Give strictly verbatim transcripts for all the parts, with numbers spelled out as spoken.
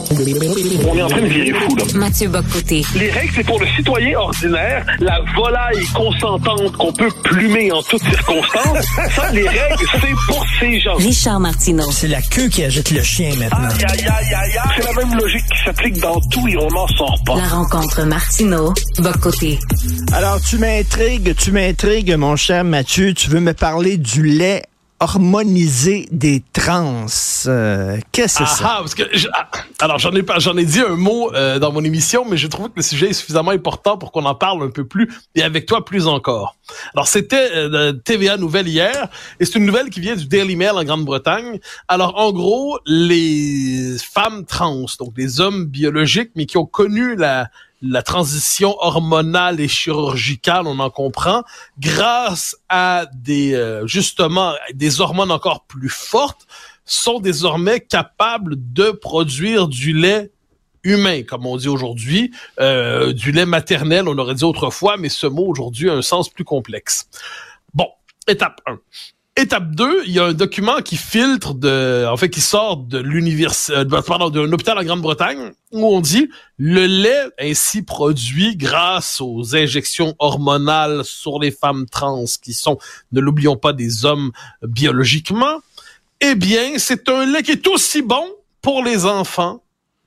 On est en train de virer fou, là. Mathieu Bock-Côté. Les règles, c'est pour le citoyen ordinaire, la volaille consentante qu'on peut plumer en toutes circonstances. Ça, les règles, c'est pour ces gens. Richard Martineau. C'est la queue qui agite le chien maintenant. Aïe, aïe, aïe, aïe, aïe. C'est la même logique qui s'applique dans tout et on n'en sort pas. La rencontre Martineau, Bock-Côté. Alors, tu m'intrigues, tu m'intrigues, mon cher Mathieu. Tu veux me parler du lait hormonisé des trans. Euh, qu'est-ce que ah, c'est ça? Ah, parce que je, ah, alors j'en ai pas, j'en ai dit un mot euh, dans mon émission, mais je trouve que le sujet est suffisamment important pour qu'on en parle un peu plus et avec toi plus encore. Alors c'était euh, T V A Nouvelle hier et c'est une nouvelle qui vient du Daily Mail en Grande-Bretagne. Alors en gros, les femmes trans, donc des hommes biologiques mais qui ont connu la la transition hormonale et chirurgicale, on en comprend, grâce à des euh, justement des hormones encore plus fortes, sont désormais capables de produire du lait humain, comme on dit aujourd'hui, euh, du lait maternel, on aurait dit autrefois, mais ce mot aujourd'hui a un sens plus complexe. Bon, étape un. Étape deux, il y a un document qui filtre de, en fait, qui sort de l'université, pardon, d'un hôpital en Grande-Bretagne, où on dit le lait ainsi produit grâce aux injections hormonales sur les femmes trans, qui sont, ne l'oublions pas, des hommes biologiquement, eh bien, c'est un lait qui est aussi bon pour les enfants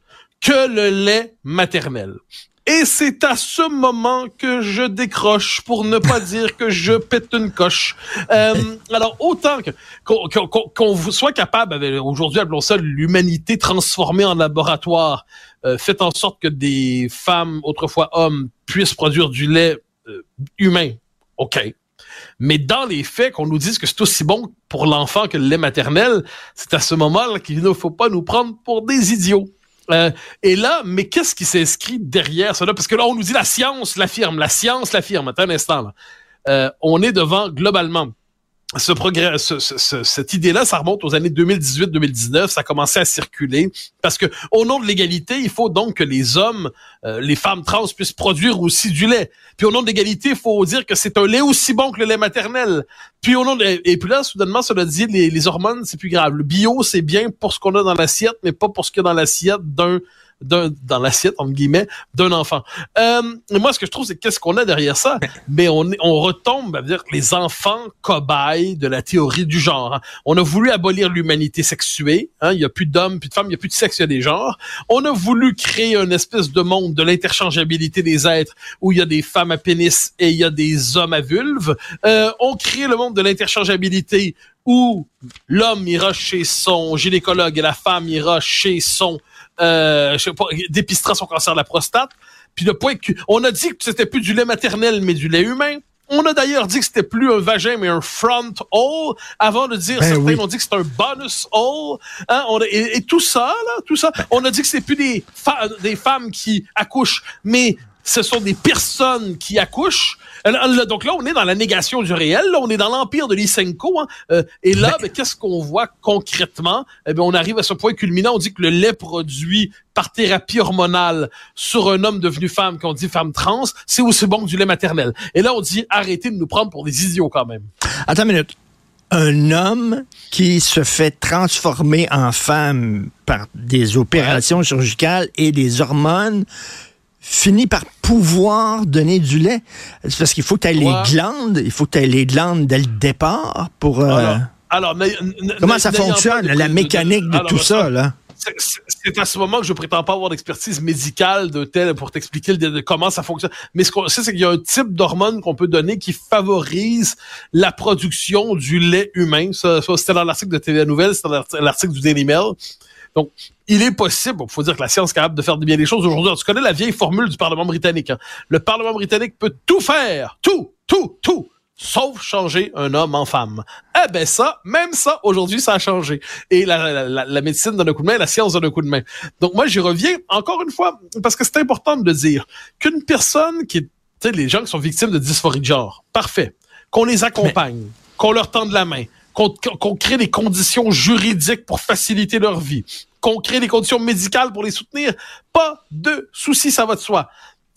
que le lait maternel. Et c'est à ce moment que je décroche, pour ne pas dire que je pète une coche. Euh, alors, autant que, qu'on, qu'on, qu'on soit capable, avec, aujourd'hui, appelons ça l'humanité transformée en laboratoire, euh, fait en sorte que des femmes, autrefois hommes, puissent produire du lait euh, humain. OK. Mais dans les faits, qu'on nous dise que c'est aussi bon pour l'enfant que le lait maternel, c'est à ce moment-là qu'il ne faut pas nous prendre pour des idiots. Euh, et là, mais qu'est-ce qui s'inscrit derrière cela? Parce que là, on nous dit la science l'affirme, la science l'affirme. Attends un instant, là. Euh, on est devant, globalement, ce progrès, ce, ce, ce, cette idée-là, ça remonte aux années deux mille dix-huit deux mille dix-neuf, ça a commencé à circuler. Parce que, au nom de l'égalité, il faut donc que les hommes, euh, les femmes trans puissent produire aussi du lait. Puis au nom de l'égalité, il faut dire que c'est un lait aussi bon que le lait maternel. Puis au nom de, et puis là, soudainement, ça dit les, les hormones, c'est plus grave. Le bio, c'est bien pour ce qu'on a dans l'assiette, mais pas pour ce qu'il y a dans l'assiette d'un d'un dans l'assiette entre guillemets d'un enfant. Euh, moi, ce que je trouve, c'est qu'est-ce qu'on a derrière ça. Mais on est, on retombe à dire les enfants cobayes de la théorie du genre. Hein. On a voulu abolir l'humanité sexuée. Hein. Il y a plus d'hommes, plus de femmes, il y a plus de sexe, il y a des genres. On a voulu créer une espèce de monde de l'interchangeabilité des êtres où il y a des femmes à pénis et il y a des hommes à vulve. Euh, on crée le monde de l'interchangeabilité où l'homme ira chez son gynécologue et la femme ira chez son euh, je sais pas, dépistera son cancer de la prostate. Puis le point que on a dit que c'était plus du lait maternel mais du lait humain. On a d'ailleurs dit que c'était plus un vagin mais un front hole avant de dire ben certains oui. ont dit que c'était un bonus hole. Hein, on a, et, et tout ça là, tout ça, on a dit que c'est plus des fa- des femmes qui accouchent mais ce sont des personnes qui accouchent. Donc là, on est dans la négation du réel. Là, on est dans l'empire de Lysenko. Hein. Euh, et là, ben, qu'est-ce qu'on voit concrètement? Eh bien, on arrive à ce point culminant. On dit que le lait produit par thérapie hormonale sur un homme devenu femme, qu'on dit femme trans, c'est aussi bon que du lait maternel. Et là, on dit arrêtez de nous prendre pour des idiots quand même. Attends une minute. Un homme qui se fait transformer en femme par des opérations ouais. chirurgicales et des hormones finit par pouvoir donner du lait. C'est parce qu'il faut que tu aies ouais. les glandes, il faut que tu aies les glandes dès le départ pour... Euh... Alors, alors n- n- comment ça fonctionne, de, la mécanique de, de, de tout alors, ça, là? C'est, c'est à ce moment que je prétends pas avoir d'expertise médicale de tel pour t'expliquer le, de comment ça fonctionne. Mais ce qu'on sait, c'est qu'il y a un type d'hormone qu'on peut donner qui favorise la production du lait humain. Ça, ça c'était dans l'article de T V A Nouvelle, c'était dans l'article du Daily Mail. Donc, il est possible, il faut dire que la science est capable de faire bien les choses aujourd'hui. Alors, tu connais la vieille formule du Parlement britannique. Hein? Le Parlement britannique peut tout faire, tout, tout, tout, sauf changer un homme en femme. Eh ben ça, même ça, aujourd'hui, ça a changé. Et la, la, la, la médecine donne un coup de main, la science donne un coup de main. Donc moi, j'y reviens encore une fois, parce que c'est important de le dire, qu'une personne qui est, tu sais, les gens qui sont victimes de dysphorie de genre, parfait, qu'on les accompagne, Mais... qu'on leur tende la main, Qu'on, qu'on crée des conditions juridiques pour faciliter leur vie, qu'on crée des conditions médicales pour les soutenir, pas de souci, ça va de soi.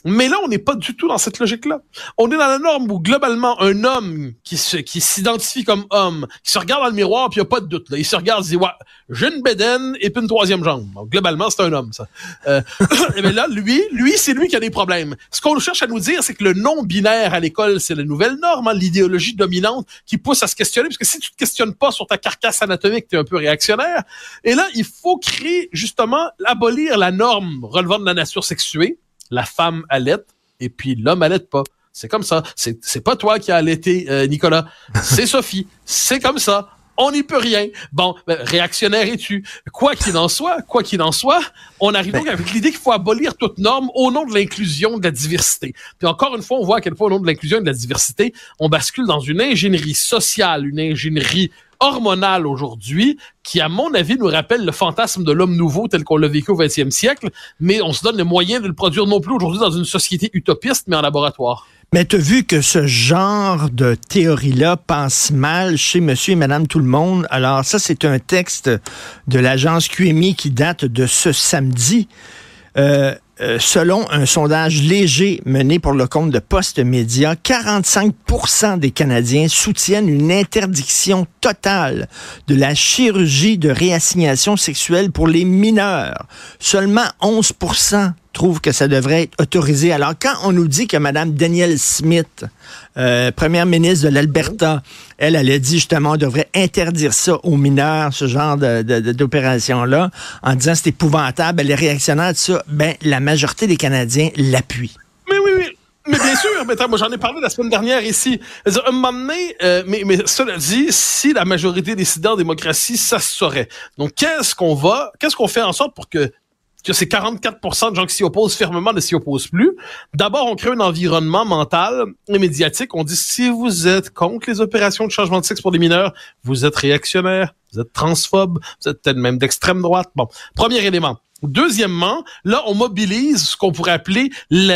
Mais là, on n'est pas du tout dans cette logique-là. On est dans la norme où, globalement, un homme qui se, qui s'identifie comme homme, qui se regarde dans le miroir, puis il n'y a pas de doute, là. Il se regarde, il dit, ouais, j'ai une bédaine et puis une troisième jambe. Donc, globalement, c'est un homme, ça. Euh, mais là, lui, lui, c'est lui qui a des problèmes. Ce qu'on cherche à nous dire, c'est que le non-binaire à l'école, c'est la nouvelle norme, hein, l'idéologie dominante qui pousse à se questionner, parce que si tu te questionnes pas sur ta carcasse anatomique, t'es un peu réactionnaire. Et là, il faut créer, justement, abolir la norme relevant de la nature sexuée. La femme allaite et puis l'homme allaite pas. C'est comme ça. C'est, c'est pas toi qui as allaité, euh, Nicolas. C'est Sophie. C'est comme ça. On n'y peut rien. Bon, ben, réactionnaire es-tu? Quoi qu'il en soit, quoi qu'il en soit, on arrive donc avec l'idée qu'il faut abolir toute norme au nom de l'inclusion, de la diversité. Puis encore une fois, on voit à quel point au nom de l'inclusion et de la diversité, on bascule dans une ingénierie sociale, une ingénierie hormonale aujourd'hui, qui, à mon avis, nous rappelle le fantasme de l'homme nouveau tel qu'on l'a vécu au vingtième siècle, mais on se donne les moyens de le produire non plus aujourd'hui dans une société utopiste, mais en laboratoire. Mais tu as vu que ce genre de théorie-là passe mal chez monsieur et madame tout le monde. Alors ça, c'est un texte de l'agence Q M I qui date de ce samedi. Euh, euh, selon un sondage léger mené pour le compte de Post Média, quarante-cinq pour cent des Canadiens soutiennent une interdiction totale de la chirurgie de réassignation sexuelle pour les mineurs. Seulement onze pour cent trouvent que ça devrait être autorisé. Alors, quand on nous dit que Mme Danielle Smith, euh, première ministre de l'Alberta, elle, elle a dit justement, on devrait interdire ça aux mineurs, ce genre de, de, de, d'opération-là, en disant c'est épouvantable, elle est réactionnaire de ça, ben, la majorité des Canadiens l'appuient. Mais oui, oui. Mais bien sûr, mais attends, moi j'en ai parlé la semaine dernière ici. À un moment donné, euh, mais, mais cela dit, si la majorité décidait en démocratie, ça se saurait. Donc, qu'est-ce qu'on va, qu'est-ce qu'on fait en sorte pour que que ces quarante-quatre pour cent de gens qui s'y opposent fermement ne s'y opposent plus. D'abord, on crée un environnement mental et médiatique. On dit, si vous êtes contre les opérations de changement de sexe pour les mineurs, vous êtes réactionnaire, vous êtes transphobe, vous êtes peut-être même d'extrême droite. Bon, premier élément. Deuxièmement, là, on mobilise ce qu'on pourrait appeler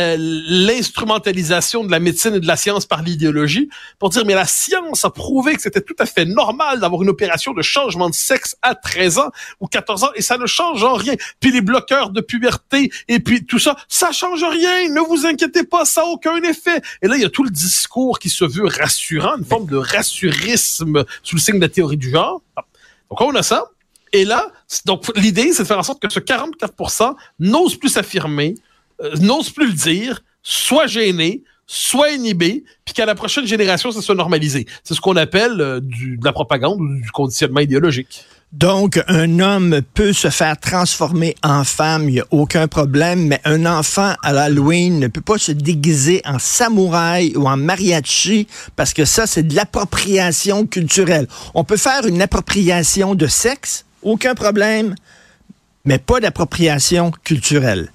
l'instrumentalisation de la médecine et de la science par l'idéologie pour dire, mais la science a prouvé que c'était tout à fait normal d'avoir une opération de changement de sexe à treize ans ou quatorze ans et ça ne change en rien. Puis les bloqueurs de puberté et puis tout ça, ça change rien. Ne vous inquiétez pas, ça n'a aucun effet. Et là, il y a tout le discours qui se veut rassurant, une forme de rassurisme sous le signe de la théorie du genre. Donc, on a ça. Et là, donc l'idée, c'est de faire en sorte que ce quarante-quatre pour cent n'ose plus s'affirmer, euh, n'ose plus le dire, soit gêné, soit inhibé, puis qu'à la prochaine génération, ça soit normalisé. C'est ce qu'on appelle euh, du, de la propagande ou du conditionnement idéologique. Donc, un homme peut se faire transformer en femme, il n'y a aucun problème, mais un enfant à l'Halloween ne peut pas se déguiser en samouraï ou en mariachi, parce que ça, c'est de l'appropriation culturelle. On peut faire une appropriation de sexe, aucun problème, mais pas d'appropriation culturelle.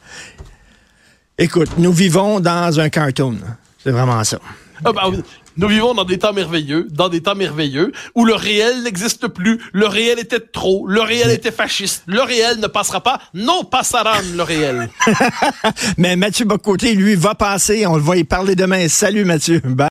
Écoute, nous vivons dans un cartoon. C'est vraiment ça. Ah ben, nous vivons dans des temps merveilleux, dans des temps merveilleux, où le réel n'existe plus, le réel était trop, le réel était fasciste, le réel ne passera pas, non passera le réel. Mais Mathieu Bock-Côté, lui, va passer, on le va y parler demain. Salut Mathieu. Bye.